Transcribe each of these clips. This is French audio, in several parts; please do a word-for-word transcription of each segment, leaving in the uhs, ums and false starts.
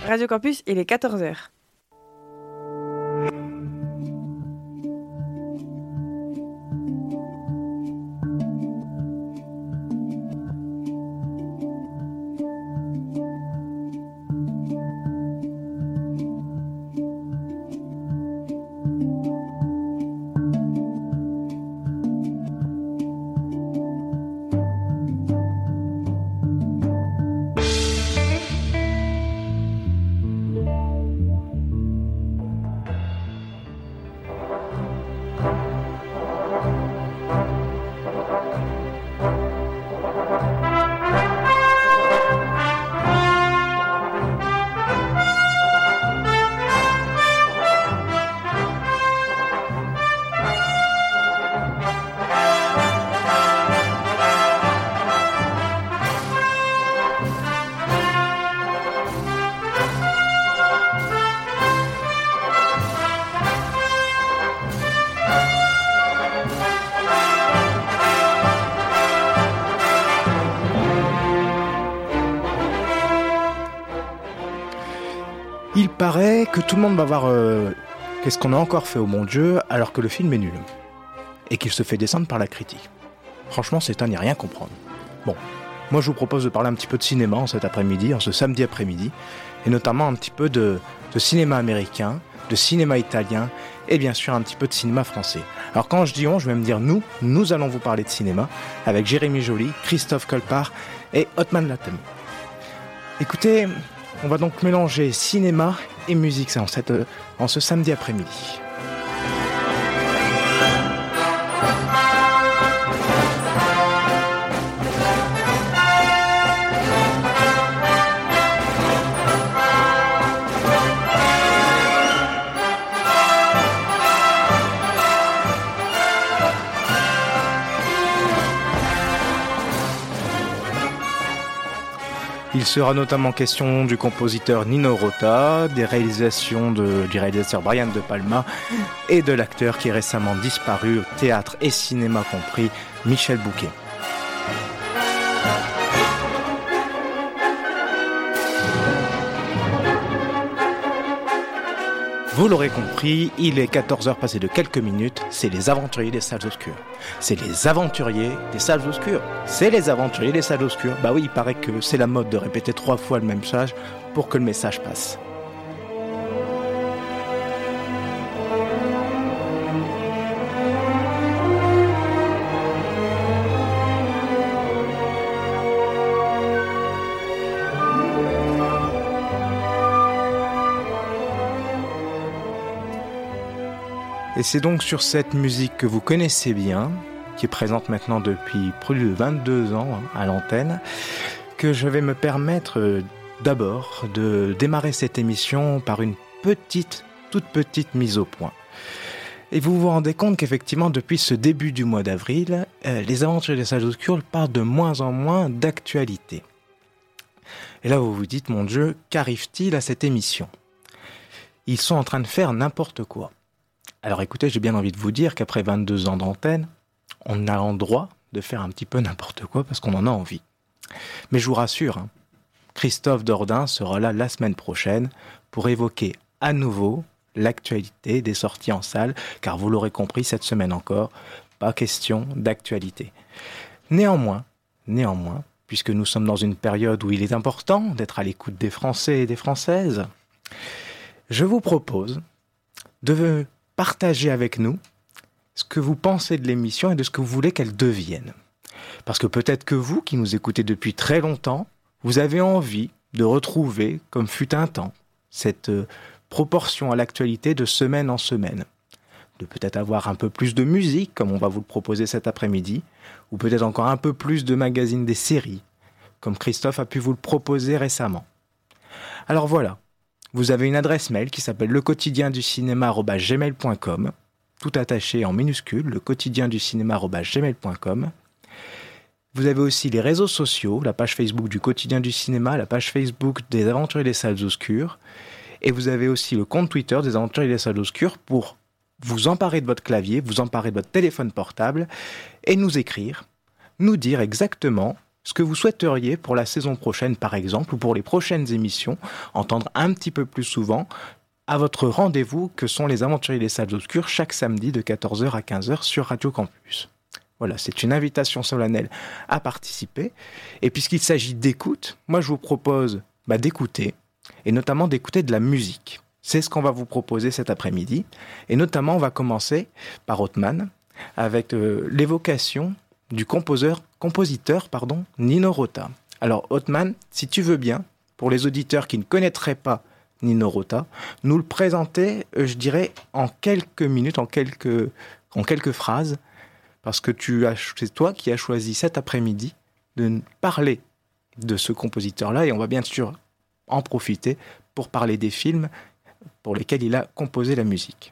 Radio Campus, il est quatorze heures. Il paraît que tout le monde va voir euh, Qu'est-ce qu'on a encore fait au Mon Dieu alors que le film est nul et qu'il se fait descendre par la critique. Franchement, c'est à n'y rien comprendre. Bon, moi je vous propose de parler un petit peu de cinéma en cet après-midi, en ce samedi après-midi, et notamment un petit peu de, de cinéma américain, de cinéma italien et bien sûr un petit peu de cinéma français. Alors quand je dis on, je vais me dire nous, nous allons vous parler de cinéma avec Jérémy Joly, Christophe Colpart et Othman Latem. Écoutez, on va donc mélanger cinéma et musique ça, en, cette, en ce samedi après-midi. Il sera notamment question du compositeur Nino Rota, des réalisations de, du réalisateur Brian De Palma et de l'acteur qui est récemment disparu, au théâtre et cinéma compris, Michel Bouquet. Vous l'aurez compris, il est quatorze heures passées de quelques minutes, c'est les aventuriers des salles obscures. C'est les aventuriers des salles obscures. C'est les aventuriers des salles obscures. Bah oui, il paraît que c'est la mode de répéter trois fois le même message pour que le message passe. Et c'est donc sur cette musique que vous connaissez bien, qui est présente maintenant depuis plus de vingt-deux ans hein, à l'antenne, que je vais me permettre d'abord de démarrer cette émission par une petite, toute petite mise au point. Et vous vous rendez compte qu'effectivement, depuis ce début du mois d'avril, euh, les aventures des salles obscures parlent de moins en moins d'actualité. Et là, vous vous dites, mon Dieu, qu'arrive-t-il à cette émission ? Ils sont en train de faire n'importe quoi. Alors écoutez, j'ai bien envie de vous dire qu'après vingt-deux ans d'antenne, on a le droit de faire un petit peu n'importe quoi parce qu'on en a envie. Mais je vous rassure, hein, Christophe Dordain sera là la semaine prochaine pour évoquer à nouveau l'actualité des sorties en salle, car vous l'aurez compris, cette semaine encore, pas question d'actualité. Néanmoins, néanmoins, puisque nous sommes dans une période où il est important d'être à l'écoute des Français et des Françaises, je vous propose de partagez avec nous ce que vous pensez de l'émission et de ce que vous voulez qu'elle devienne. Parce que peut-être que vous, qui nous écoutez depuis très longtemps, vous avez envie de retrouver, comme fut un temps, cette proportion à l'actualité de semaine en semaine. De peut-être avoir un peu plus de musique, comme on va vous le proposer cet après-midi, ou peut-être encore un peu plus de magazines des séries, comme Christophe a pu vous le proposer récemment. Alors voilà. Vous avez une adresse mail qui s'appelle le quotidien du cinéma arobase gmail point com, tout attaché en minuscule, le quotidien du cinéma arobase gmail point com. Vous avez aussi les réseaux sociaux, la page Facebook du quotidien du cinéma, la page Facebook des aventuriers des salles obscures, et vous avez aussi le compte Twitter des aventuriers des salles obscures pour vous emparer de votre clavier, vous emparer de votre téléphone portable, et nous écrire, nous dire exactement ce que vous souhaiteriez pour la saison prochaine, par exemple, ou pour les prochaines émissions, entendre un petit peu plus souvent à votre rendez-vous que sont les Aventuriers des Salles Obscures chaque samedi de quatorze heures à quinze heures sur Radio Campus. Voilà, c'est une invitation solennelle à participer. Et puisqu'il s'agit d'écoute, moi je vous propose bah, d'écouter, et notamment d'écouter de la musique. C'est ce qu'on va vous proposer cet après-midi. Et notamment, on va commencer par Othman, avec euh, l'évocation du composeur, compositeur pardon, Nino Rota. Alors Othman, si tu veux bien, pour les auditeurs qui ne connaîtraient pas Nino Rota, nous le présenter, euh, je dirais, en quelques minutes, en quelques, en quelques phrases, parce que tu as, c'est toi qui as choisi cet après-midi de parler de ce compositeur-là, et on va bien sûr en profiter pour parler des films pour lesquels il a composé la musique.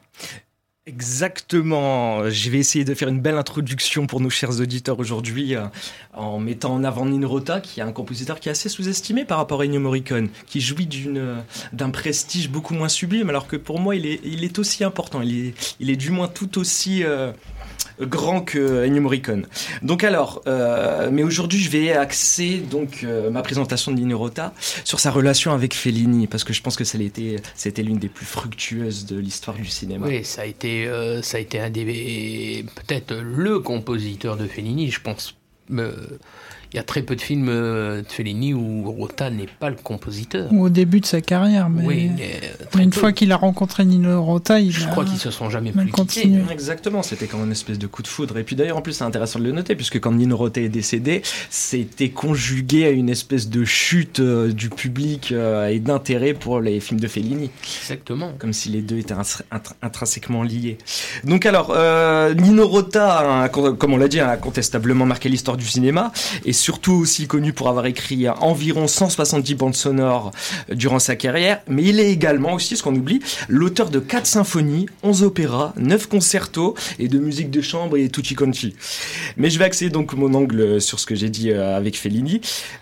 Exactement, je vais essayer de faire une belle introduction pour nos chers auditeurs aujourd'hui euh, en mettant en avant Nino Rota, qui est un compositeur qui est assez sous-estimé par rapport à Ennio Morricone, qui jouit d'une, euh, d'un prestige beaucoup moins sublime, alors que pour moi il est, il est aussi important, il est, il est du moins tout aussi euh, grand que Ennio Morricone. Donc alors, euh, mais aujourd'hui je vais axer donc euh, ma présentation de Nino Rota sur sa relation avec Fellini, parce que je pense que ça a été, c'était l'une des plus fructueuses de l'histoire du cinéma. Oui, ça a été, euh, ça a été un des, peut-être le compositeur de Fellini, je pense. Euh, il y a très peu de films de Fellini où Rota n'est pas le compositeur. Au début de sa carrière, mais, oui, mais, mais une peu. fois qu'il a rencontré Nino Rota, il je a... crois qu'ils se sont jamais plus continué. quittés. Exactement, c'était comme une espèce de coup de foudre. Et puis d'ailleurs, en plus, c'est intéressant de le noter, puisque quand Nino Rota est décédé, c'était conjugué à une espèce de chute euh, du public euh, et d'intérêt pour les films de Fellini. Exactement. Comme si les deux étaient int- int- intrinsèquement liés. Donc alors, euh, Nino Rota, hein, comme on l'a dit, a incontestablement marqué l'histoire du cinéma, et surtout aussi connu pour avoir écrit environ cent soixante-dix bandes sonores durant sa carrière, mais il est également aussi, ce qu'on oublie, l'auteur de quatre symphonies, onze opéras, neuf concertos et de musique de chambre et tutti quanti. Mais je vais axer donc mon angle sur ce que j'ai dit avec Fellini.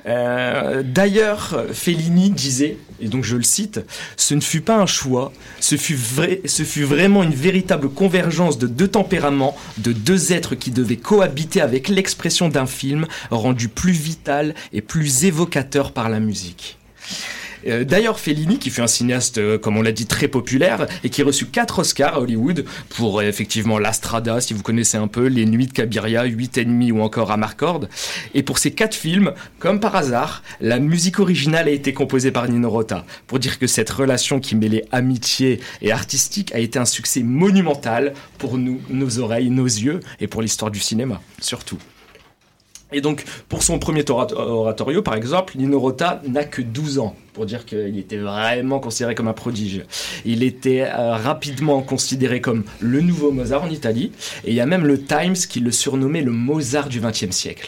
Euh, d'ailleurs, Fellini disait, et donc je le cite, « Ce ne fut pas un choix, ce fut, vrai, ce fut vraiment une véritable convergence de deux tempéraments, de deux êtres qui devaient cohabiter avec l'expression d'un film rendu plus vital et plus évocateur par la musique. » Euh, d'ailleurs, Fellini, qui fut un cinéaste, euh, comme on l'a dit, très populaire, et qui a reçu quatre Oscars à Hollywood, pour euh, effectivement La Strada, si vous connaissez un peu, Les Nuits de Cabiria, Huit Ennemis ou encore Amarcord. Et pour ces quatre films, comme par hasard, la musique originale a été composée par Nino Rota, pour dire que cette relation qui mêlait amitié et artistique a été un succès monumental pour nous, nos oreilles, nos yeux, et pour l'histoire du cinéma, surtout. Et donc, pour son premier oratorio, par exemple, Nino Rota n'a que douze ans, pour dire qu'il était vraiment considéré comme un prodige. Il était euh, rapidement considéré comme le nouveau Mozart en Italie, et il y a même le Times qui le surnommait le Mozart du vingtième siècle.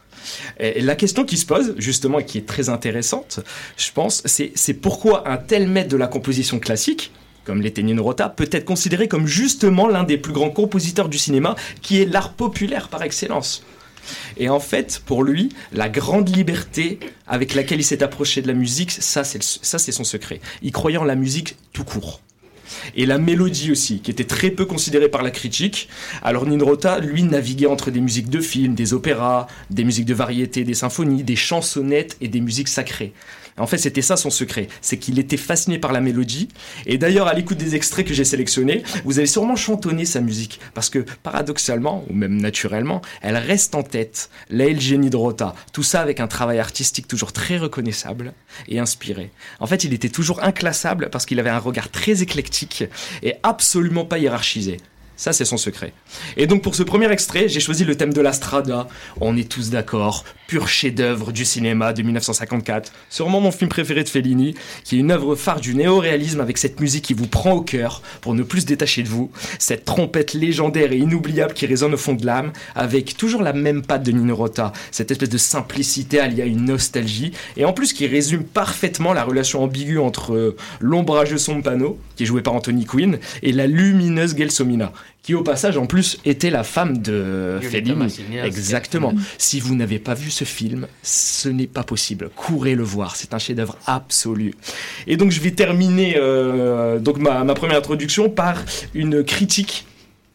Et la question qui se pose, justement, et qui est très intéressante, je pense, c'est, c'est pourquoi un tel maître de la composition classique, comme l'était Nino Rota, peut être considéré comme justement l'un des plus grands compositeurs du cinéma, qui est l'art populaire par excellence. Et en fait, pour lui, la grande liberté avec laquelle il s'est approché de la musique, ça c'est, le, ça, c'est son secret. Il croyait en la musique tout court. Et la mélodie aussi, qui était très peu considérée par la critique. Alors Nino Rota, lui, naviguait entre des musiques de films, des opéras, des musiques de variété, des symphonies, des chansonnettes et des musiques sacrées. En fait, c'était ça son secret, c'est qu'il était fasciné par la mélodie. Et d'ailleurs, à l'écoute des extraits que j'ai sélectionnés, vous allez sûrement chantonner sa musique, parce que paradoxalement, ou même naturellement, elle reste en tête. Là est le génie de Rota. Tout ça avec un travail artistique toujours très reconnaissable et inspiré. En fait, il était toujours inclassable parce qu'il avait un regard très éclectique et absolument pas hiérarchisé. Ça, c'est son secret. Et donc, pour ce premier extrait, j'ai choisi le thème de La Strada. On est tous d'accord, pur chef-d'œuvre du cinéma de dix-neuf cent cinquante-quatre. Sûrement mon film préféré de Fellini, qui est une œuvre phare du néo-réalisme avec cette musique qui vous prend au cœur pour ne plus se détacher de vous. Cette trompette légendaire et inoubliable qui résonne au fond de l'âme, avec toujours la même patte de Nino Rota. Cette espèce de simplicité alliée à une nostalgie, et en plus qui résume parfaitement la relation ambiguë entre euh, l'ombrageux Sompano, qui est joué par Anthony Quinn, et la lumineuse Gelsomina, qui au passage en plus était la femme de Fellini. Exactement. Si vous n'avez pas vu ce film, ce n'est pas possible. Courez le voir, c'est un chef-d'œuvre absolu. Et donc je vais terminer euh, donc ma, ma première introduction par une critique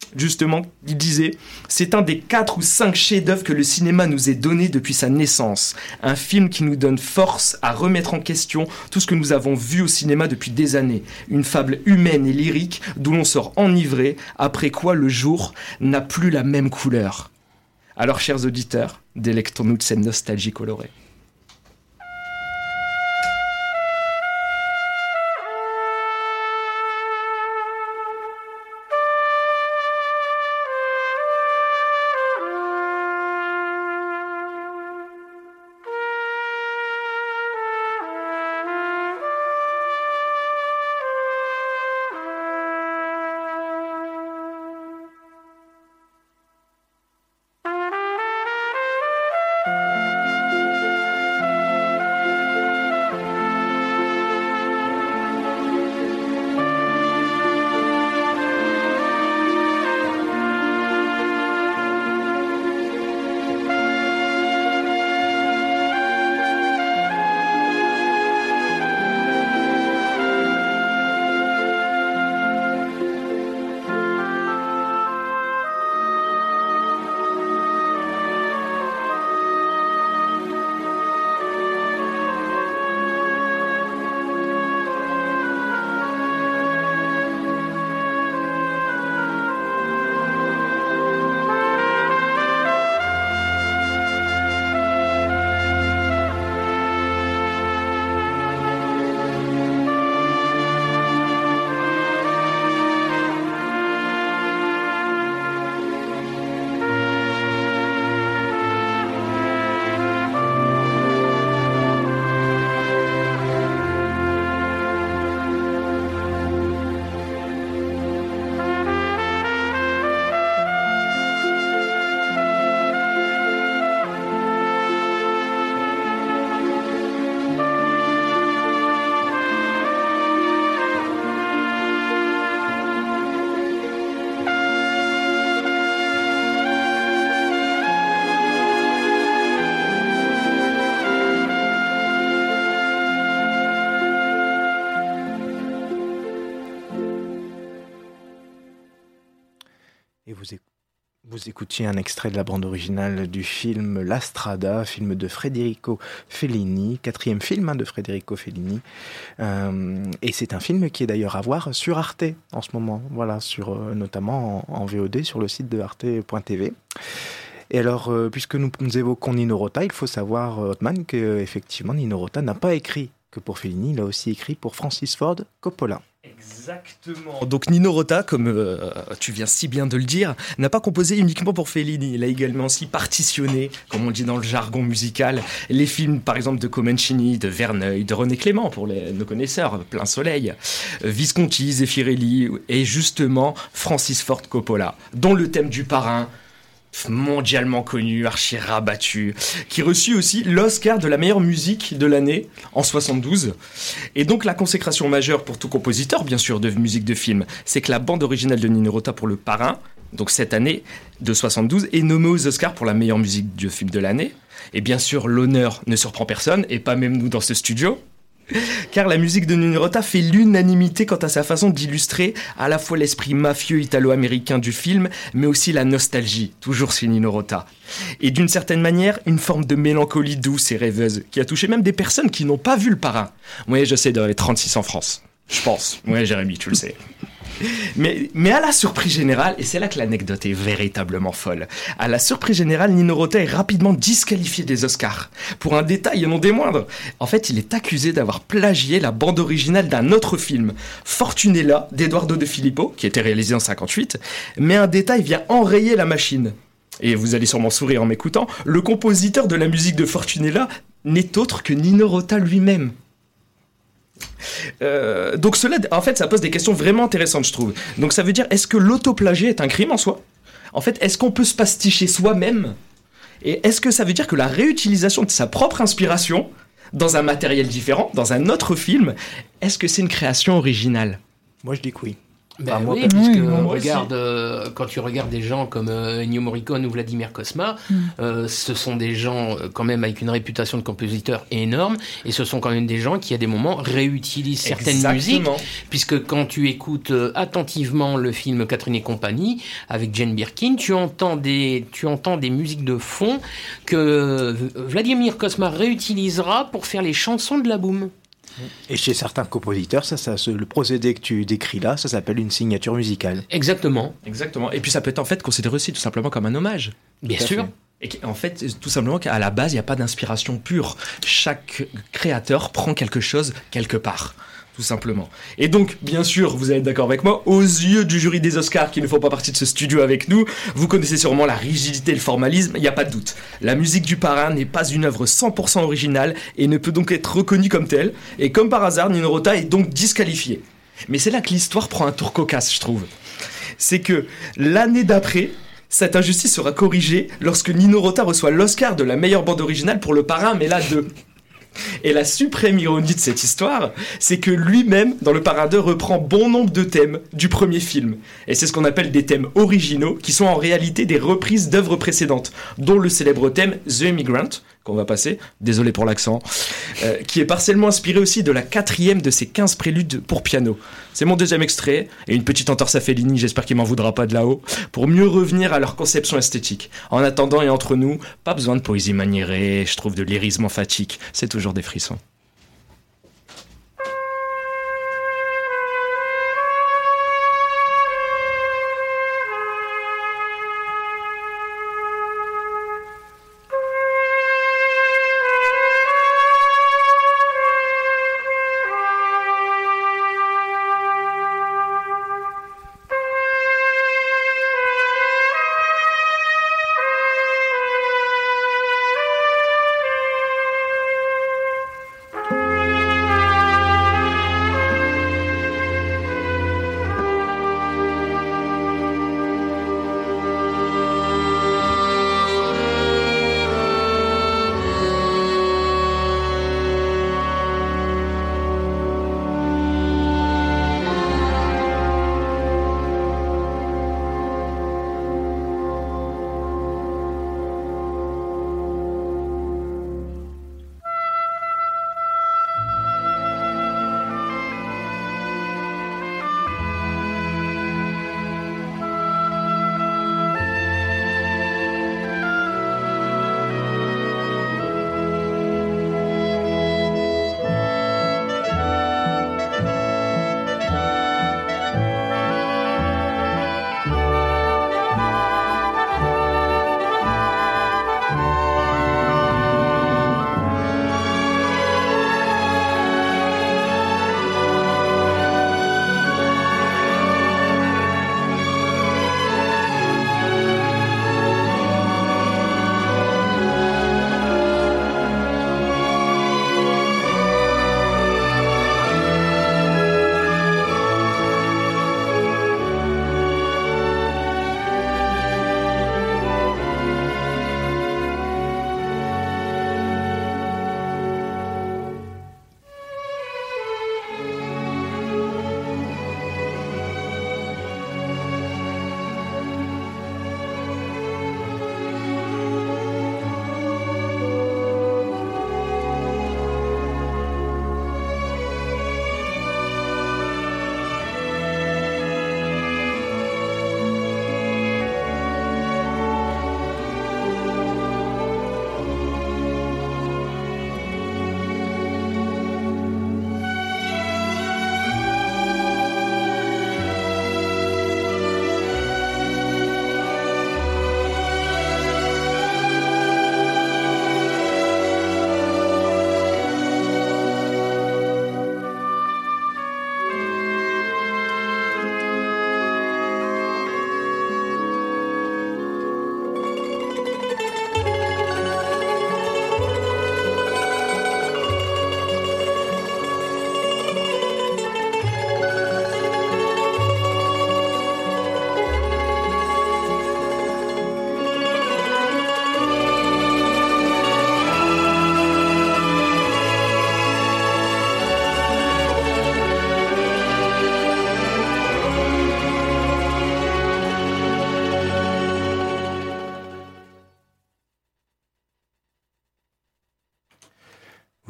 justement, il disait « C'est un des quatre ou cinq chefs-d'œuvre que le cinéma nous ait donné depuis sa naissance. Un film qui nous donne force à remettre en question tout ce que nous avons vu au cinéma depuis des années. Une fable humaine et lyrique d'où l'on sort enivré, après quoi le jour n'a plus la même couleur. » Alors, chers auditeurs, délectons-nous de cette nostalgie colorée. Et vous, éc- vous écoutiez un extrait de la bande originale du film La Strada, film de Federico Fellini, quatrième film hein, de Federico Fellini. Euh, et c'est un film qui est d'ailleurs à voir sur Arte en ce moment, voilà, sur, euh, notamment en, en V O D sur le site de arte point t v. Et alors, euh, puisque nous, nous évoquons Nino Rota, il faut savoir, euh, Othman, qu'effectivement Nino Rota n'a pas écrit que pour Fellini, il a aussi écrit pour Francis Ford Coppola. Exactement. Donc Nino Rota, comme euh, tu viens si bien de le dire, n'a pas composé uniquement pour Fellini. Il a également aussi partitionné, comme on dit dans le jargon musical, les films par exemple de Comencini, de Verneuil, de René Clément pour les, nos connaisseurs, Plein Soleil, euh, Visconti, Zeffirelli et justement Francis Ford Coppola, dont le thème du parrain, mondialement connu, archi rabattu, qui reçut aussi l'Oscar de la meilleure musique de l'année en soixante-douze. Et donc la consécration majeure pour tout compositeur, bien sûr, de musique de film, c'est que la bande originale de Nino Rota pour Le Parrain, donc cette année de soixante-douze, est nommée aux Oscars pour la meilleure musique de film de l'année. Et bien sûr, l'honneur ne surprend personne, et pas même nous dans ce studio. Car la musique de Nino Rota fait l'unanimité quant à sa façon d'illustrer à la fois l'esprit mafieux italo-américain du film, mais aussi la nostalgie, toujours chez Nino Rota. Et d'une certaine manière, une forme de mélancolie douce et rêveuse, qui a touché même des personnes qui n'ont pas vu Le Parrain. Oui, je sais, dans les trente-six en France. Je pense. Oui, Jérémy, tu le sais. Mais, mais à la surprise générale, et c'est là que l'anecdote est véritablement folle, à la surprise générale, Nino Rota est rapidement disqualifié des Oscars. Pour un détail et non des moindres. En fait, il est accusé d'avoir plagié la bande originale d'un autre film, Fortunella, d'Edoardo De Filippo, qui était réalisé en cinquante-huit, mais un détail vient enrayer la machine. Et vous allez sûrement sourire en m'écoutant, le compositeur de la musique de Fortunella n'est autre que Nino Rota lui-même. Euh, donc cela, en fait, ça pose des questions vraiment intéressantes, je trouve. Donc ça veut dire, est-ce que l'autoplagiat est un crime en soi ? En fait, est-ce qu'on peut se pasticher soi-même ? Et est-ce que ça veut dire que la réutilisation de sa propre inspiration dans un matériel différent, dans un autre film, est-ce que c'est une création originale ? Moi, je dis que oui. Ben Enfin, moi, oui, parce puisque oui, moi regarde, euh, quand tu regardes des gens comme euh, Ennio Morricone ou Vladimir Cosma, Mm. euh, ce sont des gens euh, quand même avec une réputation de compositeur énorme, et ce sont quand même des gens qui à des moments réutilisent certaines Exactement. musiques, puisque quand tu écoutes euh, attentivement le film Catherine et compagnie avec Jane Birkin, tu entends des, tu entends des musiques de fond que Vladimir Cosma réutilisera pour faire les chansons de la boum. Et chez certains compositeurs, ça, ça, ce- le procédé que tu décris là, ça s'appelle une signature musicale. Exactement, Exactement. Et puis ça peut être en fait considéré aussi tout simplement comme un hommage. bien Tout à sûr. fait. Et qu'en fait, tout simplement qu'à la base, il n'y a pas d'inspiration pure. Chaque créateur prend quelque chose quelque part. Tout simplement. Et donc, bien sûr, vous êtes d'accord avec moi, aux yeux du jury des Oscars qui ne font pas partie de ce studio avec nous, vous connaissez sûrement la rigidité et le formalisme, il n'y a pas de doute. La musique du Parrain n'est pas une œuvre cent pour cent originale et ne peut donc être reconnue comme telle. Et comme par hasard, Nino Rota est donc disqualifié. Mais c'est là que l'histoire prend un tour cocasse, je trouve. C'est que l'année d'après, cette injustice sera corrigée lorsque Nino Rota reçoit l'Oscar de la meilleure bande originale pour Le Parrain, mais là deux. Et la suprême ironie de cette histoire, c'est que lui-même, dans Le Parrain deux, reprend bon nombre de thèmes du premier film. Et c'est ce qu'on appelle des thèmes originaux, qui sont en réalité des reprises d'œuvres précédentes, dont le célèbre thème The Immigrant, qu'on va passer, désolé pour l'accent, euh, qui est partiellement inspiré aussi de la quatrième de ces quinze préludes pour piano. C'est mon deuxième extrait, et une petite entorse à Fellini, j'espère qu'il m'en voudra pas de là-haut, pour mieux revenir à leur conception esthétique. En attendant et entre nous, pas besoin de poésie maniérée, je trouve de lyrisme emphatique, c'est toujours des frissons. Thank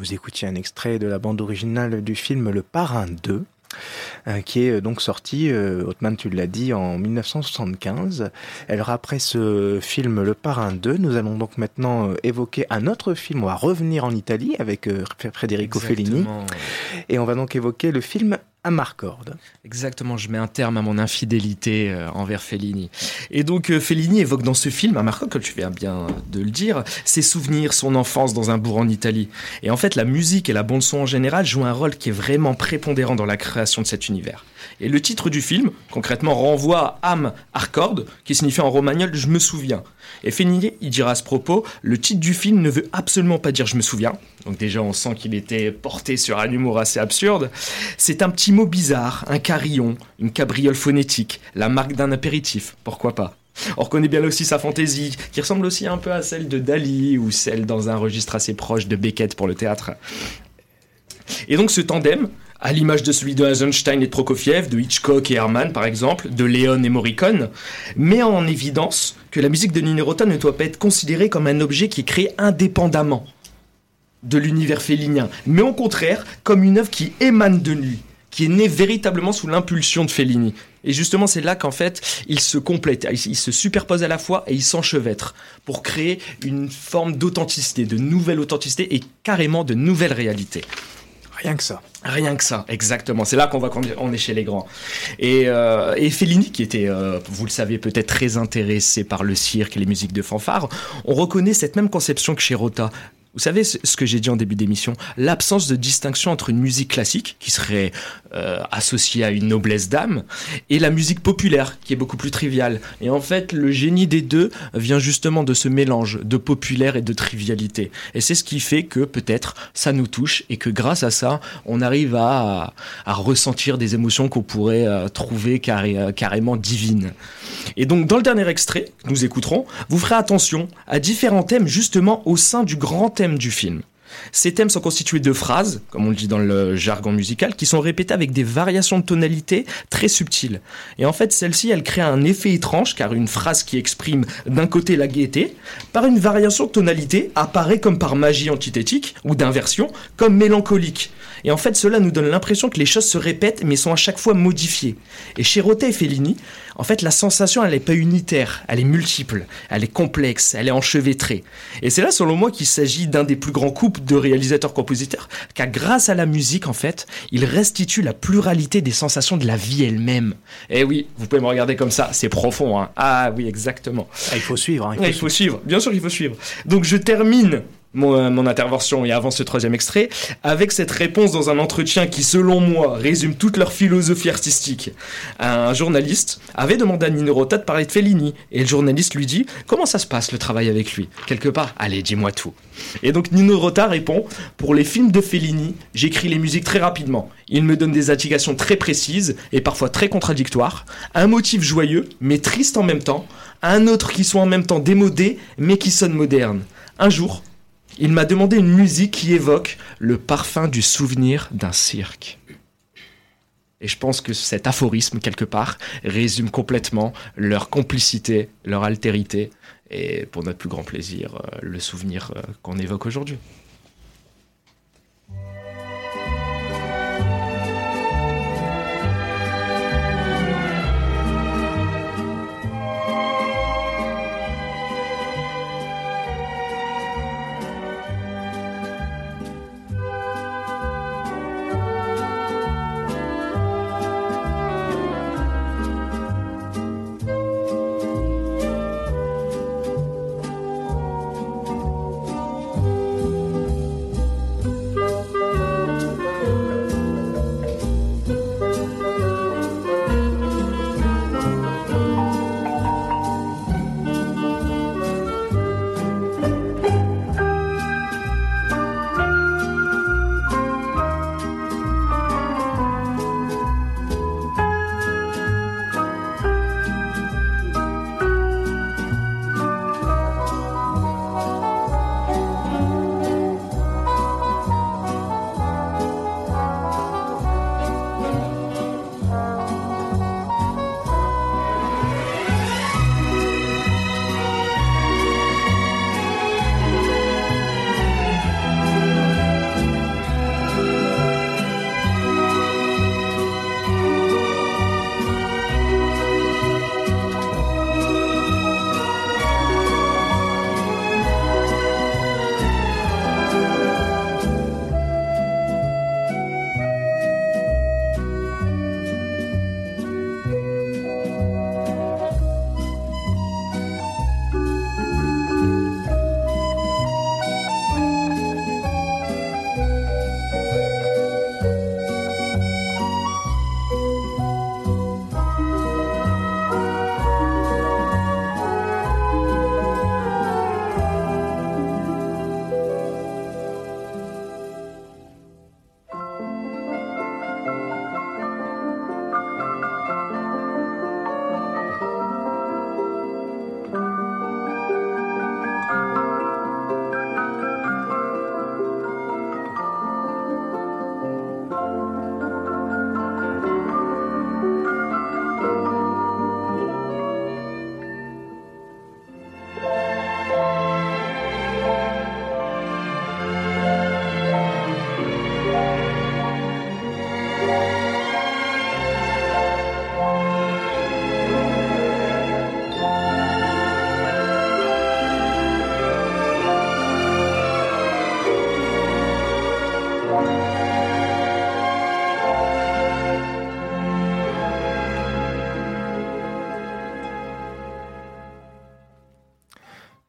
vous écoutiez un extrait de la bande originale du film Le Parrain deux, euh, qui est donc sorti, euh, Othman, tu l'as dit, en mille neuf cent soixante-quinze. Alors après ce film Le Parrain deux, nous allons donc maintenant euh, évoquer un autre film. On va revenir en Italie avec euh, Federico Fellini. Et on va donc évoquer le film Amarcord. Exactement, je mets un terme à mon infidélité euh, envers Fellini. Et donc euh, Fellini évoque dans ce film, Amarcord, comme tu viens bien de le dire, ses souvenirs, son enfance dans un bourg en Italie. Et en fait, la musique et la bande-son en général jouent un rôle qui est vraiment prépondérant dans la création de cet univers. Et le titre du film, concrètement, renvoie à Am Arcord, qui signifie en romagnol « je me souviens ». Et Fellini, il dira à ce propos, le titre du film ne veut absolument pas dire « je me souviens ». Donc déjà, on sent qu'il était porté sur un humour assez absurde. C'est un petit mot bizarre, un carillon, une cabriole phonétique, la marque d'un apéritif, pourquoi pas. On reconnaît bien aussi sa fantaisie, qui ressemble aussi un peu à celle de Dali, ou celle dans un registre assez proche de Beckett pour le théâtre. Et donc ce tandem, à l'image de celui de Eisenstein et de Prokofiev, de Hitchcock et Herrmann par exemple, de Léon et Morricone, met en évidence que la musique de Nino Rota ne doit pas être considérée comme un objet qui est créé indépendamment de l'univers fellinien, mais au contraire comme une œuvre qui émane de lui, qui est née véritablement sous l'impulsion de Fellini. Et justement, c'est là qu'en fait, il se complète, il se superpose à la fois et il s'enchevêtre pour créer une forme d'authenticité, de nouvelle authenticité et carrément de nouvelles réalités. Rien que ça. Rien que ça, exactement. C'est là qu'on voit qu'on est chez les grands. Et, euh, et Fellini, qui était, euh, vous le savez, peut-être très intéressé par le cirque et les musiques de fanfare, on reconnaît cette même conception que chez Rota. Vous savez ce que j'ai dit en début d'émission, l'absence de distinction entre une musique classique, qui serait euh, associée à une noblesse d'âme, et la musique populaire, qui est beaucoup plus triviale. Et en fait, le génie des deux vient justement de ce mélange de populaire et de trivialité. Et c'est ce qui fait que peut-être ça nous touche, et que grâce à ça, on arrive à, à ressentir des émotions qu'on pourrait euh, trouver carré, carrément divines. Et donc, dans le dernier extrait que nous écouterons, vous ferez attention à différents thèmes justement au sein du grand thème du film. Ces thèmes sont constitués de phrases, comme on le dit dans le jargon musical, qui sont répétées avec des variations de tonalité très subtiles. Et en fait, celle-ci, elle crée un effet étrange, car une phrase qui exprime d'un côté la gaieté, par une variation de tonalité, apparaît comme par magie antithétique, ou d'inversion, comme mélancolique. Et en fait, cela nous donne l'impression que les choses se répètent, mais sont à chaque fois modifiées. Et chez Rota et Fellini, en fait, la sensation, elle n'est pas unitaire, elle est multiple, elle est complexe, elle est enchevêtrée. Et c'est là, selon moi, qu'il s'agit d'un des plus grands couples de réalisateurs-compositeurs, car grâce à la musique, en fait, il restitue la pluralité des sensations de la vie elle-même. Et oui, vous pouvez me regarder comme ça, c'est profond, hein. Ah oui, exactement. Ah, il faut suivre. Hein, il, faut il faut suivre. suivre, bien sûr qu'il faut suivre. Donc je termine Mon, mon intervention et avant ce troisième extrait, avec cette réponse dans un entretien qui, selon moi, résume toute leur philosophie artistique. Un journaliste avait demandé à Nino Rota de parler de Fellini, et le journaliste lui dit « Comment ça se passe le travail avec lui ?» Quelque part, allez, dis-moi tout. Et donc Nino Rota répond « Pour les films de Fellini, j'écris les musiques très rapidement. Il me donne des indications très précises et parfois très contradictoires, un motif joyeux, mais triste en même temps, un autre qui soit en même temps démodé, mais qui sonne moderne. Un jour, il m'a demandé une musique qui évoque le parfum du souvenir d'un cirque. » Et je pense que cet aphorisme, quelque part, résume complètement leur complicité, leur altérité, et pour notre plus grand plaisir, le souvenir qu'on évoque aujourd'hui.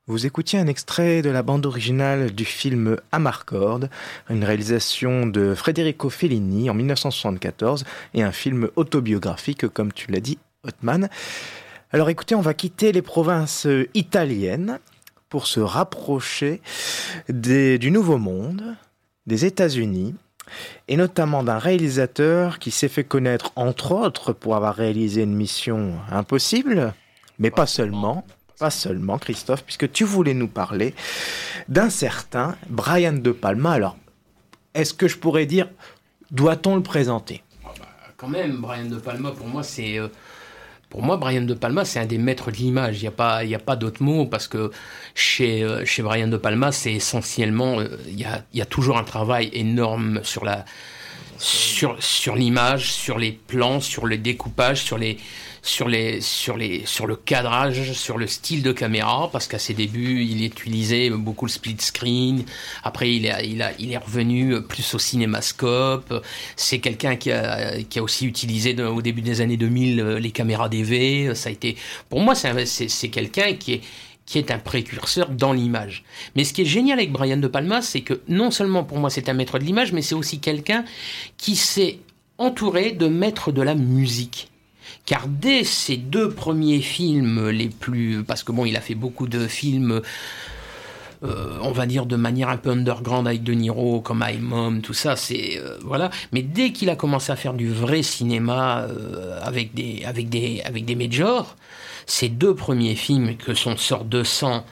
Vous écoutiez un extrait de la bande originale du film Amarcord, une réalisation de Federico Fellini en dix-neuf cent soixante-quatorze et un film autobiographique, comme tu l'as dit, Othman. Alors écoutez, on va quitter les provinces italiennes pour se rapprocher des, du Nouveau Monde, des États-Unis, et notamment d'un réalisateur qui s'est fait connaître, entre autres, pour avoir réalisé une mission impossible, mais pas seulement, pas seulement, Christophe, puisque tu voulais nous parler d'un certain Brian De Palma. Alors, est-ce que je pourrais dire, doit-on le présenter ? Quand même, Brian De Palma, pour moi, c'est... Euh... Pour moi, Brian De Palma, c'est un des maîtres de l'image. Il n'y a pas, il n'y a pas d'autre mot parce que chez, euh, chez Brian De Palma, c'est essentiellement, euh, il y a, il y a toujours un travail énorme sur la, sur, sur l'image, sur les plans, sur le découpage, sur les, sur les, sur les, sur le cadrage, sur le style de caméra, parce qu'à ses débuts, il utilisait beaucoup le split screen. Après, il est, il a, il est revenu plus au cinémascope. C'est quelqu'un qui a, qui a aussi utilisé de, au début des années deux mille les caméras D V. Ça a été, pour moi, c'est, un, c'est, c'est quelqu'un qui est, qui est un précurseur dans l'image. Mais ce qui est génial avec Brian De Palma, c'est que non seulement pour moi c'est un maître de l'image, mais c'est aussi quelqu'un qui s'est entouré de maîtres de la musique. Car dès ses deux premiers films les plus... Parce que bon, il a fait beaucoup de films, euh, on va dire de manière un peu underground avec De Niro, comme I'm Mom, tout ça, c'est... Euh, voilà. Mais dès qu'il a commencé à faire du vrai cinéma euh, avec, des, avec, des, avec des majors, ses deux premiers films, que sont Sœurs de sang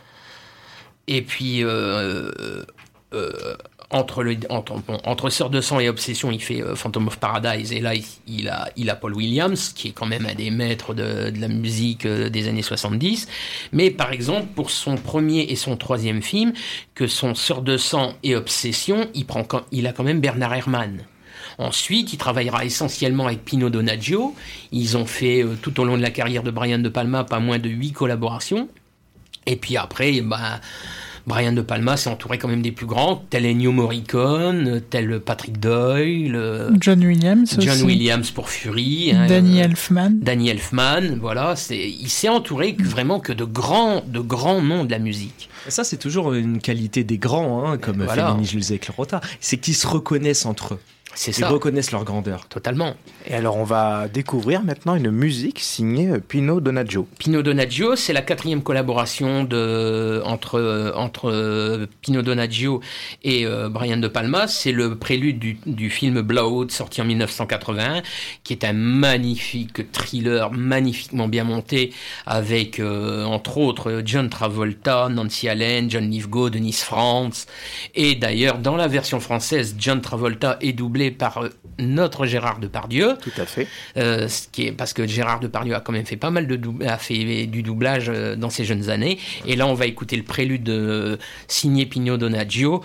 et puis... Euh, euh, Entre, le, entre, bon, entre Sœurs de sang et Obsession, il fait euh, Phantom of Paradise, et là il, il, a, il a Paul Williams, qui est quand même un des maîtres de, de la musique euh, des années soixante-dix. Mais par exemple, pour son premier et son troisième film, que sont Sœurs de sang et Obsession, il, prend, il a quand même Bernard Herrmann. Ensuite, il travaillera essentiellement avec Pino Donaggio. Ils ont fait, euh, tout au long de la carrière de Brian De Palma, pas moins de huit collaborations. Et puis après, bah... Brian De Palma s'est entouré quand même des plus grands, tel Ennio Morricone, tel Patrick Doyle, John Williams John aussi. Williams pour Fury, Danny hein, Elfman. Danny Elfman, voilà, c'est, il s'est entouré vraiment que de grands, de grands noms de la musique. Et ça, c'est toujours une qualité des grands, hein, comme voilà. Fellini, Jules et Clorota, c'est qu'ils se reconnaissent entre eux. C'est Ils ça. reconnaissent leur grandeur. Totalement. Et alors, on va découvrir maintenant une musique signée Pino Donaggio. Pino Donaggio, c'est la quatrième collaboration de, entre, entre Pino Donaggio et euh, Brian De Palma. C'est le prélude du, du film Blowout, sorti en dix-neuf cent quatre-vingt-un, qui est un magnifique thriller, magnifiquement bien monté, avec, euh, entre autres, John Travolta, Nancy Allen, John Lithgow, Dennis Franz. Et d'ailleurs, dans la version française, John Travolta est doublé par euh, notre Gérard Depardieu. Tout à fait. Euh, ce qui est, parce que Gérard Depardieu a quand même fait pas mal de dou- a fait du doublage euh, dans ses jeunes années. Et là, on va écouter le prélude de, euh, signé Pino Donaggio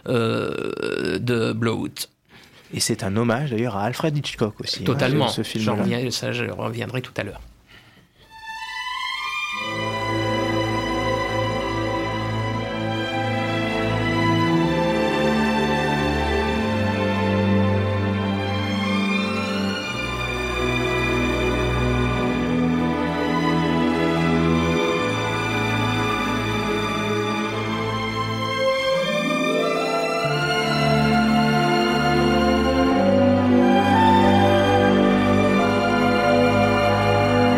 euh, de Blowout. Et c'est un hommage d'ailleurs à Alfred Hitchcock aussi. Totalement. Hein, ce film. J'en reviens, ça, je reviendrai tout à l'heure. Thank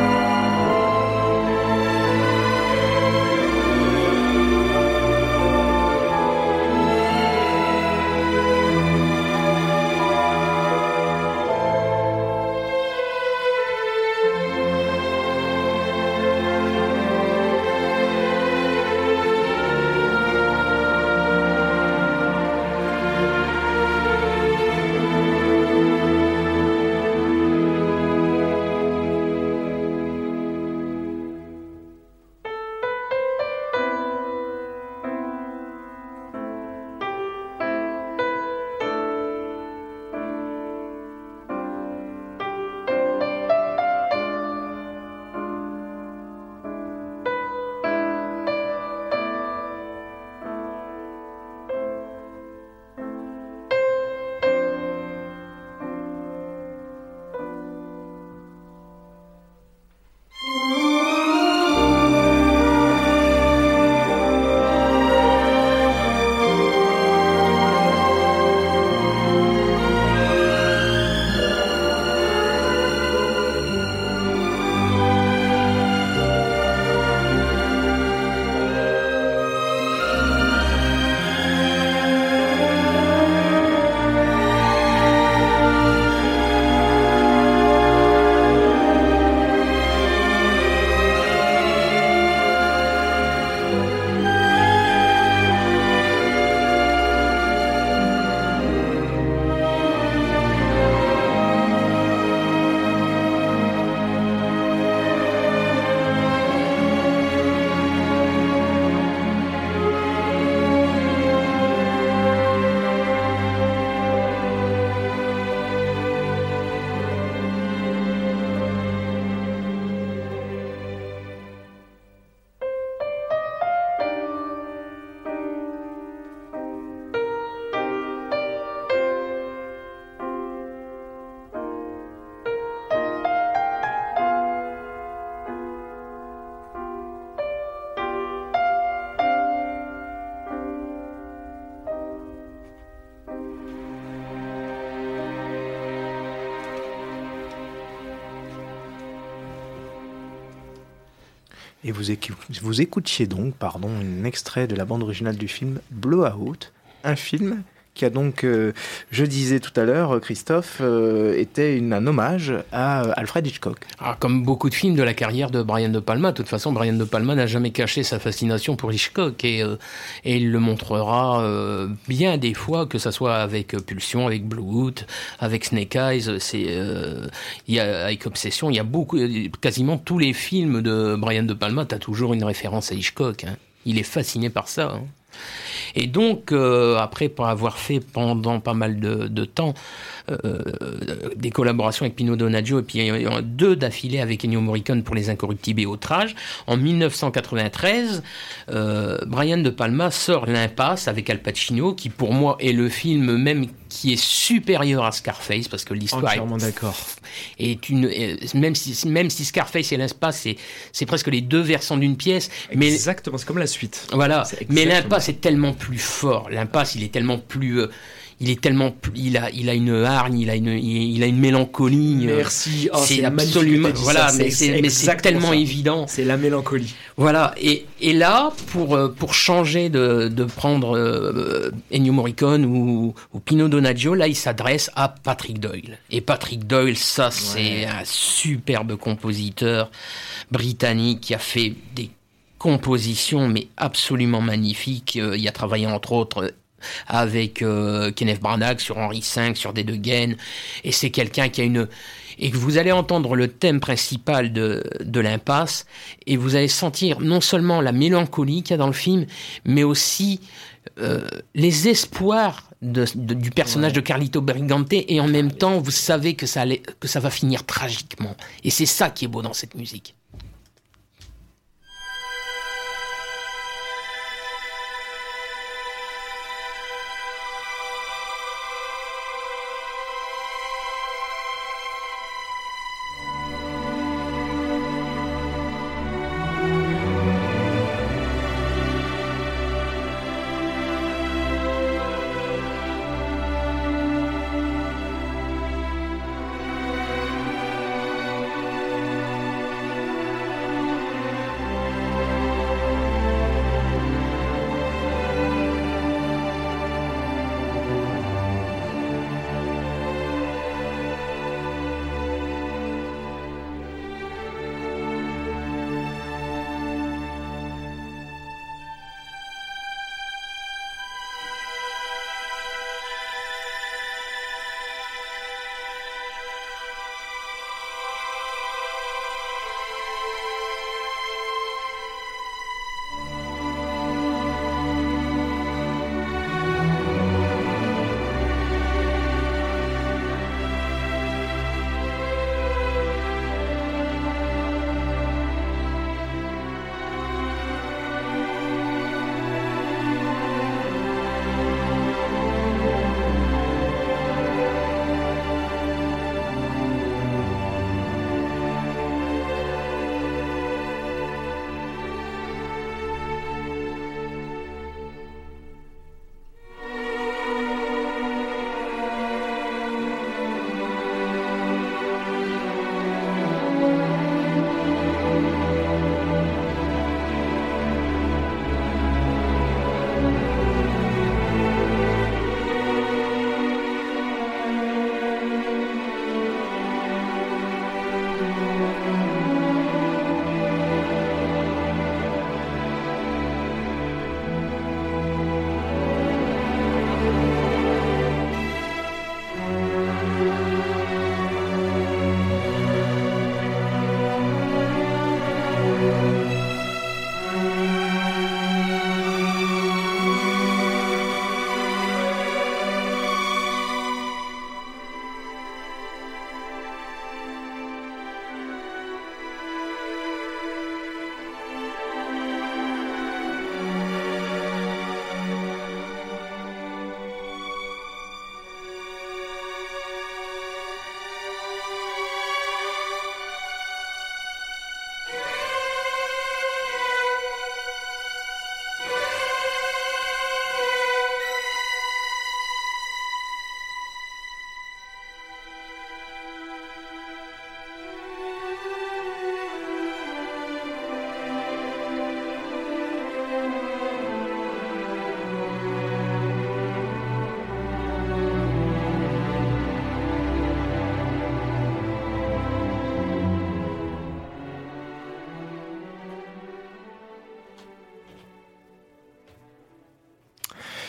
Et vous, écou- vous écoutiez donc, pardon, un extrait de la bande originale du film Blowout, un film qui a donc, euh, je disais tout à l'heure, Christophe, euh, était une, un hommage à euh, Alfred Hitchcock. Ah, comme beaucoup de films de la carrière de Brian De Palma, de toute façon, Brian De Palma n'a jamais caché sa fascination pour Hitchcock et, euh, et il le montrera euh, bien des fois, que ça soit avec euh, Pulsion, avec Blowout, avec Snake Eyes, c'est, euh, il y a, avec Obsession, il y a beaucoup, quasiment tous les films de Brian De Palma, t'as toujours une référence à Hitchcock. Hein. Il est fasciné par ça. Hein. Et donc, euh, après, pour avoir fait pendant pas mal de, de temps euh, des collaborations avec Pino Donaggio et puis euh, deux d'affilée avec Ennio Morricone pour Les Incorruptibles et Outrage, en dix-neuf cent quatre-vingt-treize, euh, Brian De Palma sort L'Impasse avec Al Pacino, qui pour moi est le film même qui est supérieur à Scarface, parce que l'histoire Entièrement est, d'accord. est une, même si, même si Scarface et L'Impasse, c'est, c'est presque les deux versants d'une pièce, mais Exactement, c'est comme la suite. voilà, C'est mais exactement. L'Impasse est tellement plus fort. L'Impasse, il est tellement plus, euh, il est tellement, plus, il a, il a une hargne, il a une, il, il a une mélancolie. euh, Merci. Oh, c'est c'est absolument, magnifique que t'aies dit voilà, ça. mais C'est- c'est, c'est mais c'est exactement tellement ça. évident. C'est la mélancolie. Voilà, et, et là, pour, euh, pour changer de, de prendre euh, Ennio Morricone ou, ou Pino Donaggio, là, il s'adresse à Patrick Doyle. Et Patrick Doyle, ça, c'est un superbe compositeur britannique qui a fait des compositions, mais absolument magnifiques. Euh, il a travaillé, entre autres, avec euh, Kenneth Branagh sur Henri cinq, sur Des De Gennes, et c'est quelqu'un qui a une... Et que vous allez entendre le thème principal de, de L'Impasse, et vous allez sentir non seulement la mélancolie qu'il y a dans le film, mais aussi euh, les espoirs de, de, du personnage Ouais. de Carlito Brigante, et en même temps, vous savez que ça, allait, que ça va finir tragiquement. Et c'est ça qui est beau dans cette musique.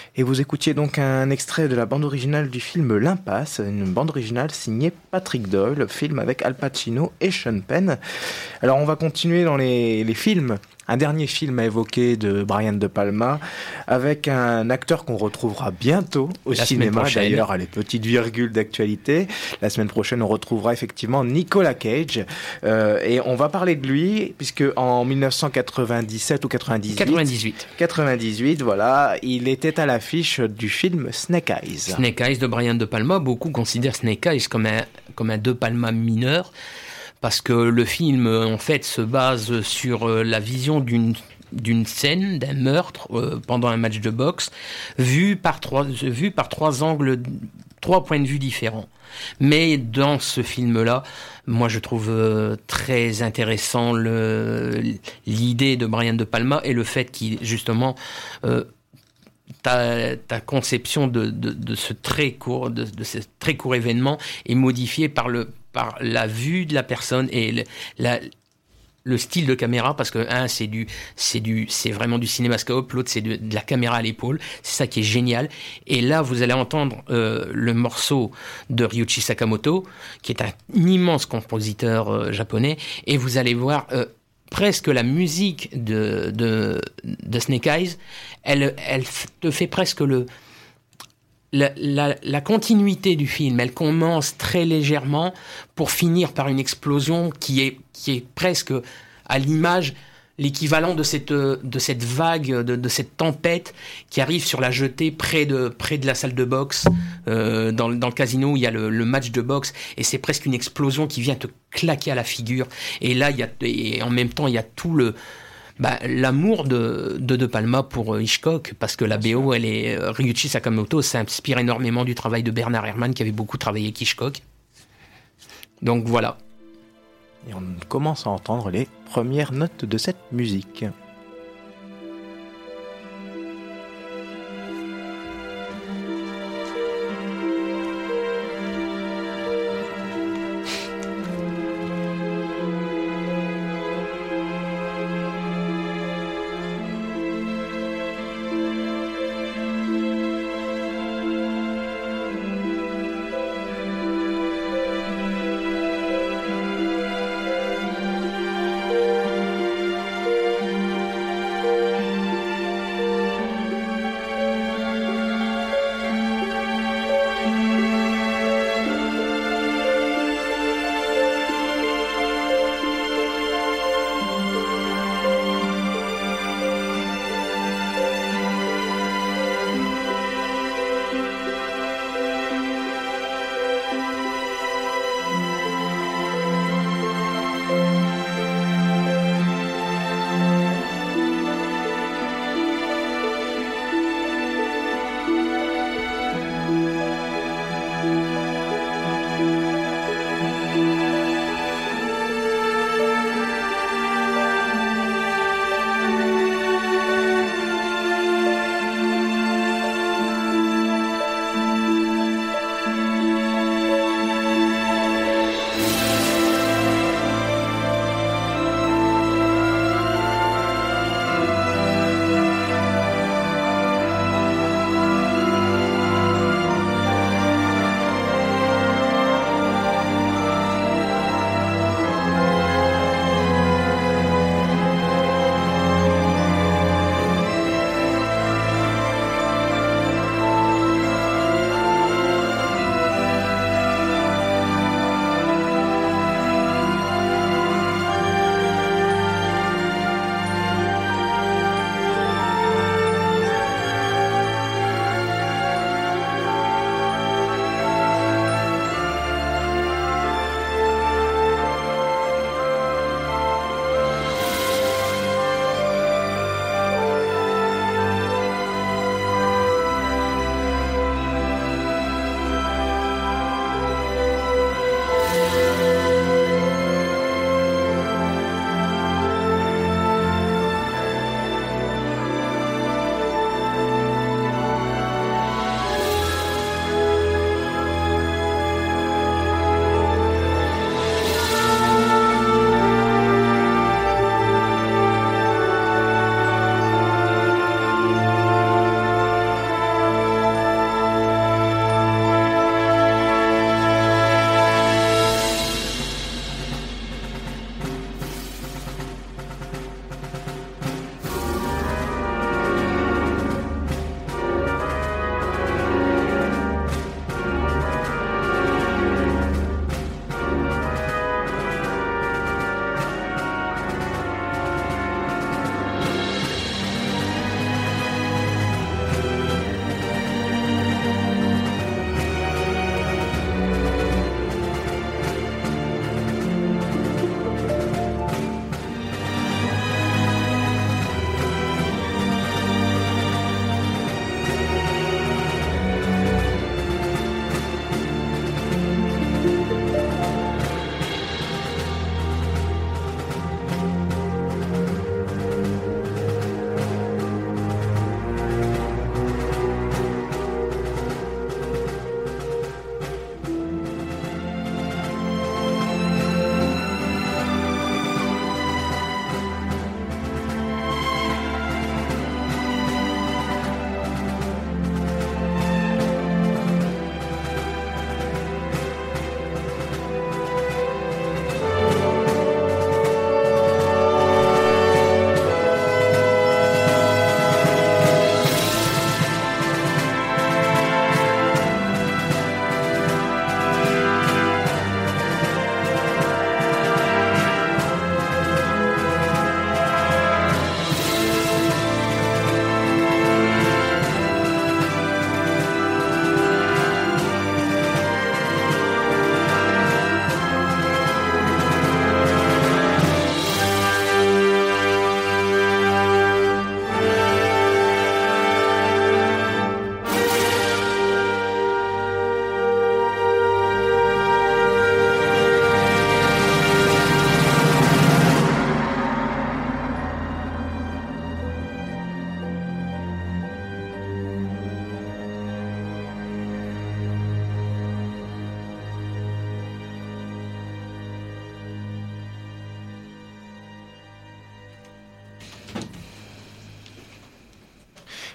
Et vous écoutiez donc un extrait de la bande originale du film L'Impasse, une bande originale signée Patrick Doyle, film avec Al Pacino et Sean Penn. Alors on va continuer dans les, les films. Un dernier film à évoquer de Brian De Palma, avec un acteur qu'on retrouvera bientôt au La cinéma. D'ailleurs, à les petites virgules d'actualité. La semaine prochaine, on retrouvera effectivement Nicolas Cage. Euh, et on va parler de lui, puisque en dix-neuf cent quatre-vingt-dix-sept ou quatre-vingt-dix-huit... quatre-vingt-dix-huit. quatre-vingt-dix-huit, voilà, il était à l'affiche du film Snake Eyes. Snake Eyes de Brian De Palma, beaucoup considèrent Snake Eyes comme un, comme un De Palma mineur, parce que le film, en fait, se base sur la vision d'une d'une scène, d'un meurtre euh, pendant un match de boxe, vu par trois, vu par trois angles, trois points de vue différents. Mais dans ce film-là, moi je trouve euh, très intéressant le, l'idée de Brian De Palma et le fait qu'il, justement, euh, Ta, ta conception de, de, de ce très court, de, de ce très court événement est modifiée par le, par la vue de la personne et le, la, le style de caméra, parce que un c'est du, c'est du, c'est vraiment du cinémascope, l'autre c'est de, de la caméra à l'épaule. C'est ça qui est génial. Et là, vous allez entendre euh, le morceau de Ryuichi Sakamoto, qui est un immense compositeur euh, japonais, et vous allez voir. Euh, presque la musique de, de, de Snake Eyes, elle, elle te fait presque le, la, la, la continuité du film. Elle commence très légèrement pour finir par une explosion qui est, qui est presque à l'image, l'équivalent de cette, de cette vague, de, de cette tempête qui arrive sur la jetée près de, près de la salle de boxe, euh, dans, dans le casino où il y a le, le match de boxe, et c'est presque une explosion qui vient te claquer à la figure. Et là, il y a, et en même temps, il y a tout le, bah, l'amour de, de De Palma pour Hitchcock, parce que la B O, elle est, Ryuichi Sakamoto s'inspire énormément du travail de Bernard Herrmann, qui avait beaucoup travaillé avec Hitchcock. Donc voilà. Et on commence à entendre les premières notes de cette musique.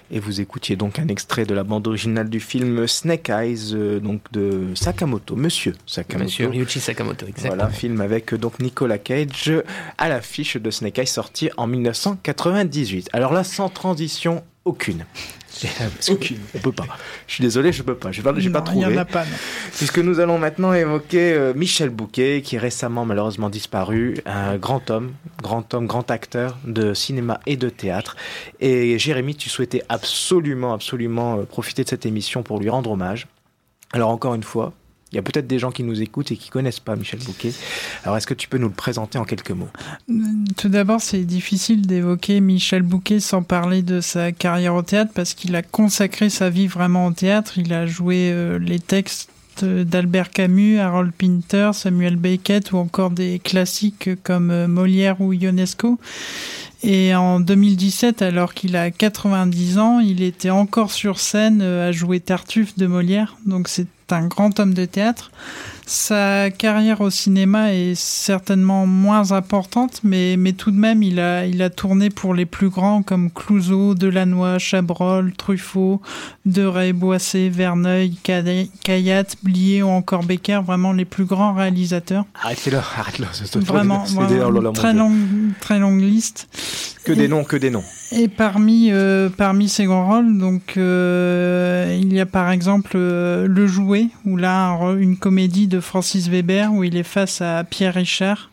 Et vous écoutiez donc un extrait de la bande originale du film Snake Eyes, euh, donc de Sakamoto, Monsieur Sakamoto. Monsieur Ryuichi Sakamoto, exactement. Voilà, film avec euh, donc Nicolas Cage à l'affiche de Snake Eyes, sorti en dix-neuf cent quatre-vingt-dix-huit. Alors là, sans transition aucune. Aucune. On peut pas. Je suis désolé, je peux pas. J'ai pas, j'ai pas trouvé. Il n'y en a pas, non. Puisque nous allons maintenant évoquer euh, Michel Bouquet, qui est récemment malheureusement disparu, un grand homme, grand homme, grand acteur de cinéma et de théâtre. Et Jérémy, tu souhaitais absolument, absolument euh, profiter de cette émission pour lui rendre hommage. Alors encore une fois, il y a peut-être des gens qui nous écoutent et qui connaissent pas Michel Bouquet. Alors, est-ce que tu peux nous le présenter en quelques mots ? Tout d'abord, c'est difficile d'évoquer Michel Bouquet sans parler de sa carrière au théâtre parce qu'il a consacré sa vie vraiment au théâtre. Il a joué euh, les textes d'Albert Camus, Harold Pinter, Samuel Beckett ou encore des classiques comme euh, Molière ou Ionesco. Et en deux mille dix-sept, alors qu'il a quatre-vingt-dix ans, il était encore sur scène à jouer Tartuffe de Molière. Donc c'est un grand homme de théâtre. Sa carrière au cinéma est certainement moins importante, mais, mais tout de même, il a, il a tourné pour les plus grands comme Clouzot, Delannoy, Chabrol, Truffaut, Deray, Boisset, Verneuil, Caillat, Blier ou encore Becker, vraiment les plus grands réalisateurs. Arrête-le, arrête-le. C'est vraiment, c'est vraiment des... oh là là, très, longue, très longue liste. Que et, des noms, que des noms. Et parmi, euh, parmi ses grands rôles, donc, euh, il y a par exemple euh, Le Jouet, où là, un, une comédie de Francis Weber, où il est face à Pierre Richard.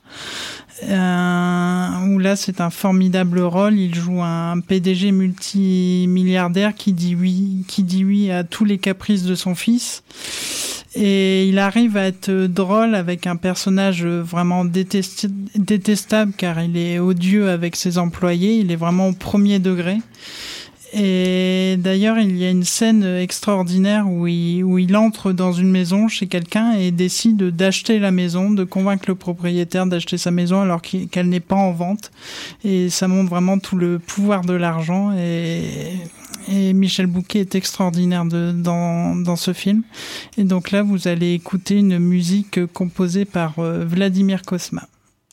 Euh, où là c'est un formidable rôle, il joue un P D G multimilliardaire qui dit oui, qui dit oui à tous les caprices de son fils. Et il arrive à être drôle avec un personnage vraiment détest- détestable car il est odieux avec ses employés, il est vraiment au premier degré. Et d'ailleurs, il y a une scène extraordinaire où il, où il entre dans une maison chez quelqu'un et décide d'acheter la maison, de convaincre le propriétaire d'acheter sa maison alors qu'elle n'est pas en vente. Et ça montre vraiment tout le pouvoir de l'argent. Et, et Michel Bouquet est extraordinaire de, dans, dans ce film. Et donc là, vous allez écouter une musique composée par euh, Vladimir Cosma.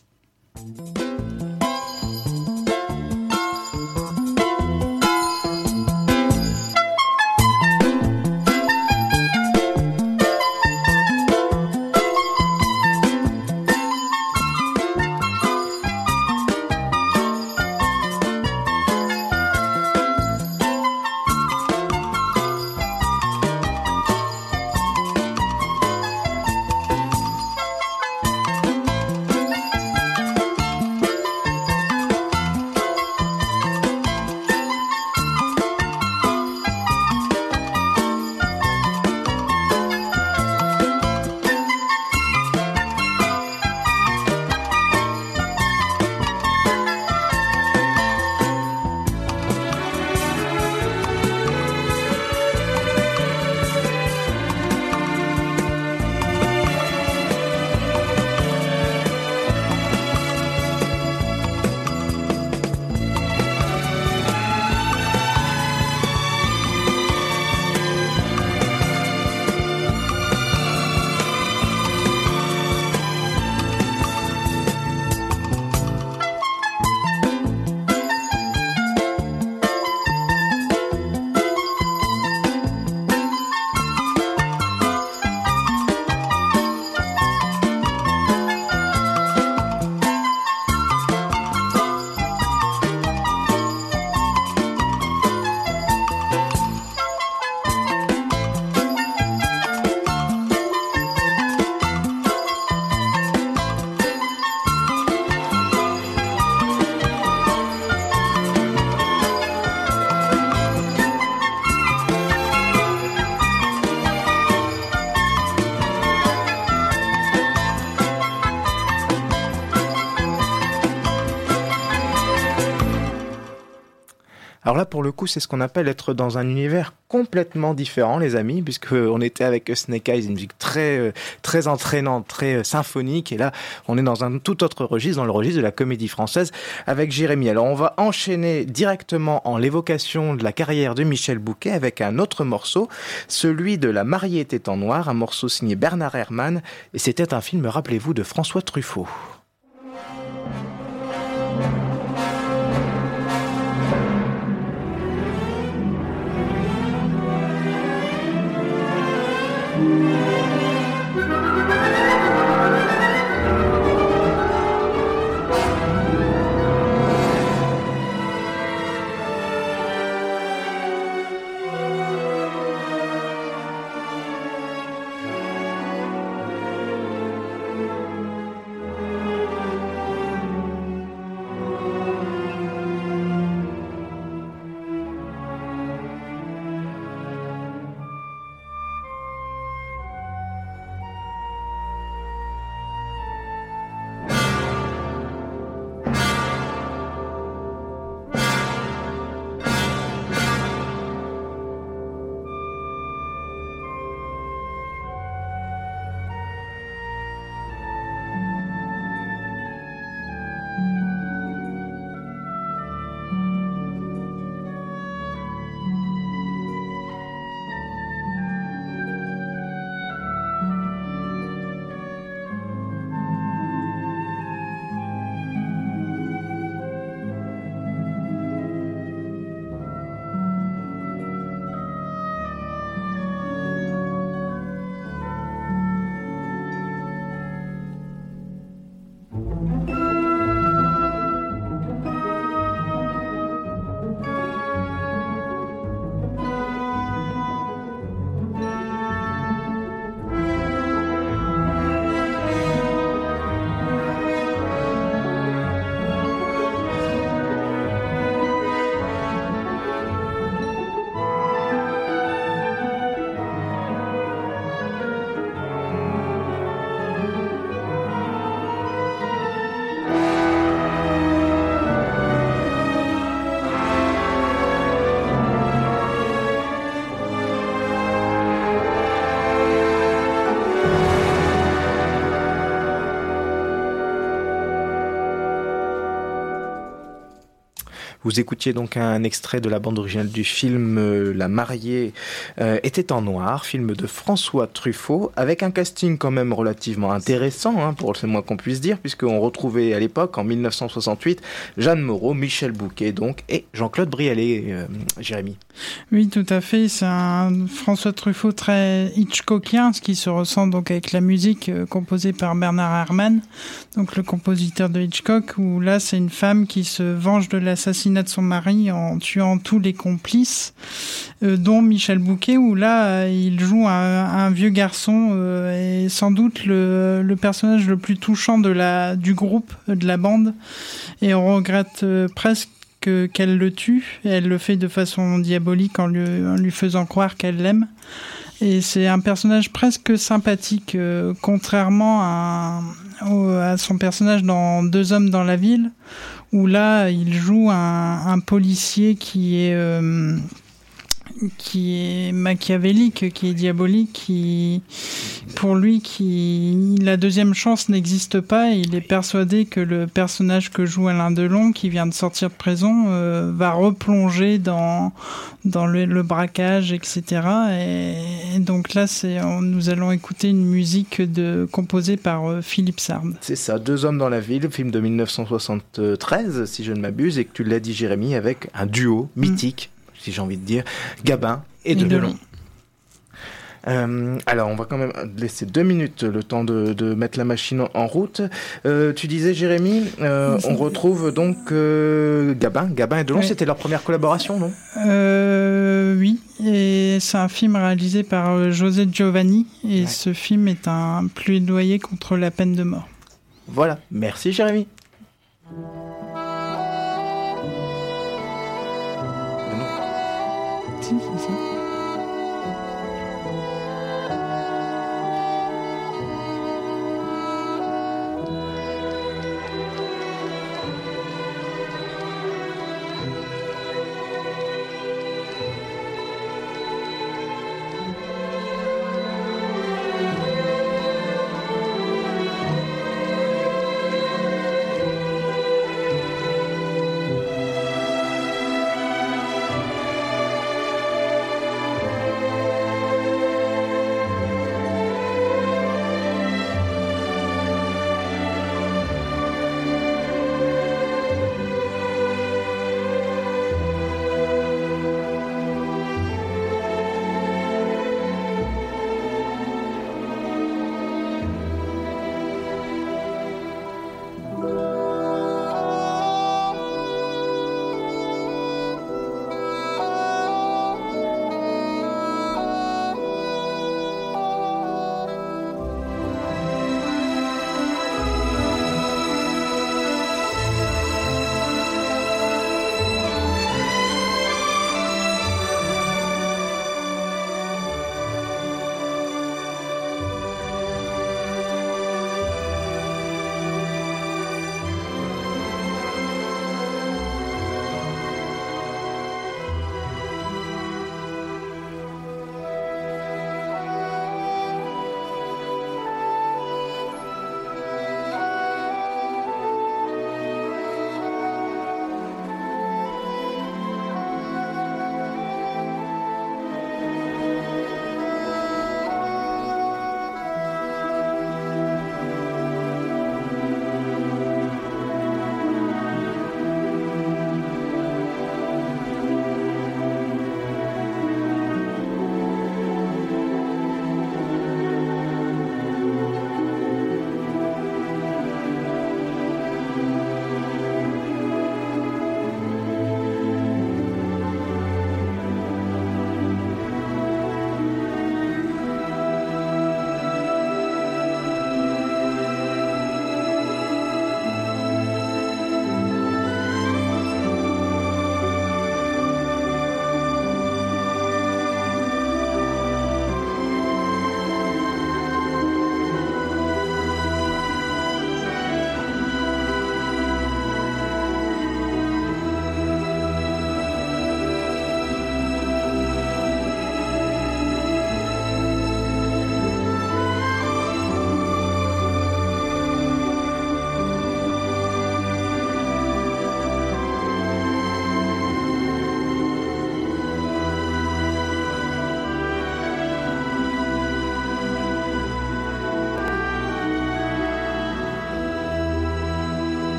Alors là, pour le coup, c'est ce qu'on appelle être dans un univers complètement différent, les amis, puisqu'on était avec Snake Eyes, une musique très, très entraînante, très symphonique, et là, on est dans un tout autre registre, dans le registre de la comédie française, avec Jérémy. Alors, on va enchaîner directement en l'évocation de la carrière de Michel Bouquet avec un autre morceau, celui de La mariée était en noir, un morceau signé Bernard Herrmann, et c'était un film, rappelez-vous, de François Truffaut. Vous écoutiez donc un extrait de la bande originale du film euh, La mariée euh, était en noir, film de François Truffaut, avec un casting quand même relativement intéressant, hein, pour le moins qu'on puisse dire, puisqu'on retrouvait à l'époque, en mille neuf cent soixante-huit, Jeanne Moreau, Michel Bouquet donc, et Jean-Claude Brialet, euh, Jérémy. Oui, tout à fait. C'est un François Truffaut très Hitchcockien, ce qui se ressent donc avec la musique euh, composée par Bernard Herrmann, donc le compositeur de Hitchcock, où là c'est une femme qui se venge de l'assassinat de son mari en tuant tous les complices, euh, dont Michel Bouquet, où là euh, il joue un, un vieux garçon euh, et sans doute le, le personnage le plus touchant de la, du groupe, de la bande, et on regrette euh, presque Que, qu'elle le tue, et elle le fait de façon diabolique en lui, en lui faisant croire qu'elle l'aime. Et c'est un personnage presque sympathique, euh, contrairement à, au, à son personnage dans Deux hommes dans la ville, où là il joue un, un policier qui est euh, qui est machiavélique, qui est diabolique, qui, pour lui, qui, la deuxième chance n'existe pas, et il est persuadé que le personnage que joue Alain Delon, qui vient de sortir de prison, euh, va replonger dans, dans le, le braquage, et cetera. Et, et donc là, c'est, on, nous allons écouter une musique de, composée par euh, Philippe Sard. C'est ça, Deux hommes dans la ville, film de mille neuf cent soixante-treize, si je ne m'abuse, et que tu l'as dit, Jérémy, avec un duo mythique, mmh. si j'ai envie de dire, Gabin et, et Delon. Euh, alors, on va quand même laisser deux minutes le temps de, de mettre la machine en, en route. Euh, tu disais, Jérémy, euh, on retrouve donc euh, Gabin. Gabin et Delon, ouais. C'était leur première collaboration, non ? euh, Oui, et c'est un film réalisé par José Giovanni, et ouais. Ce film est un plaidoyer contre la peine de mort. Voilà, merci Jérémy. Si, si, si.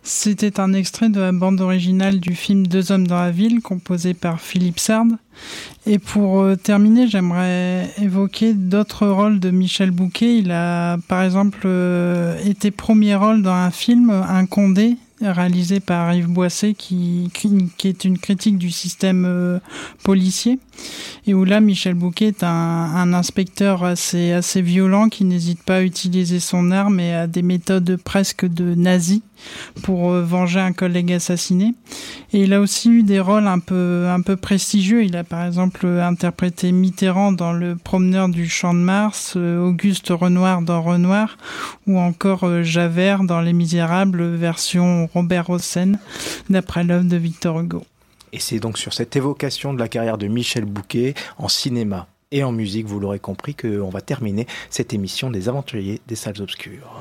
C'était un extrait de la bande originale du film Deux hommes dans la ville, composé par Philippe Sard. Et pour euh, terminer, j'aimerais évoquer d'autres rôles de Michel Bouquet. Il a, par exemple, euh, été premier rôle dans un film, Un Condé, réalisé par Yves Boisset, qui, qui, qui est une critique du système euh, policier, et où là Michel Bouquet est un, un inspecteur assez, assez violent qui n'hésite pas à utiliser son arme et à des méthodes presque de nazi pour euh, venger un collègue assassiné. Et il a aussi eu des rôles un peu, un peu prestigieux. Il a par exemple interprété Mitterrand dans Le Promeneur du Champ de Mars, euh, Auguste Renoir dans Renoir, ou encore euh, Javert dans Les Misérables, version Robert Hossein, d'après l'œuvre de Victor Hugo. Et c'est donc sur cette évocation de la carrière de Michel Bouquet en cinéma et en musique, vous l'aurez compris, qu'on va terminer cette émission des Aventuriers des Salles Obscures.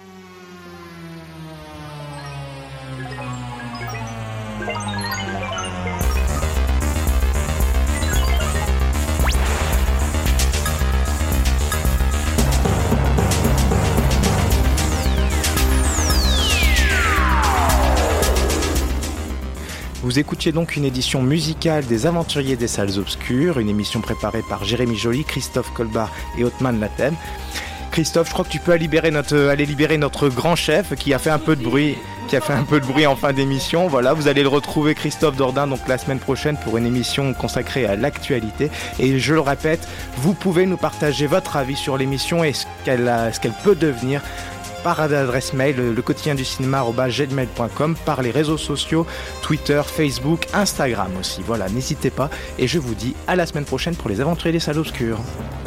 Vous écoutiez donc une édition musicale des Aventuriers des Salles Obscures, une émission préparée par Jérémy Joly, Christophe Colbart et Othman Latem. Christophe, je crois que tu peux aller libérer notre, aller libérer notre grand chef qui a fait un peu de bruit, qui a fait un peu de bruit en fin d'émission. Voilà, vous allez le retrouver, Christophe Dordain, donc la semaine prochaine pour une émission consacrée à l'actualité. Et je le répète, vous pouvez nous partager votre avis sur l'émission et ce qu'elle, a, ce qu'elle peut devenir par adresse mail, le quotidien du cinéma arobase gmail point com, par les réseaux sociaux, Twitter, Facebook, Instagram aussi. Voilà, n'hésitez pas et je vous dis à la semaine prochaine pour les Aventuriers des Salles Obscures.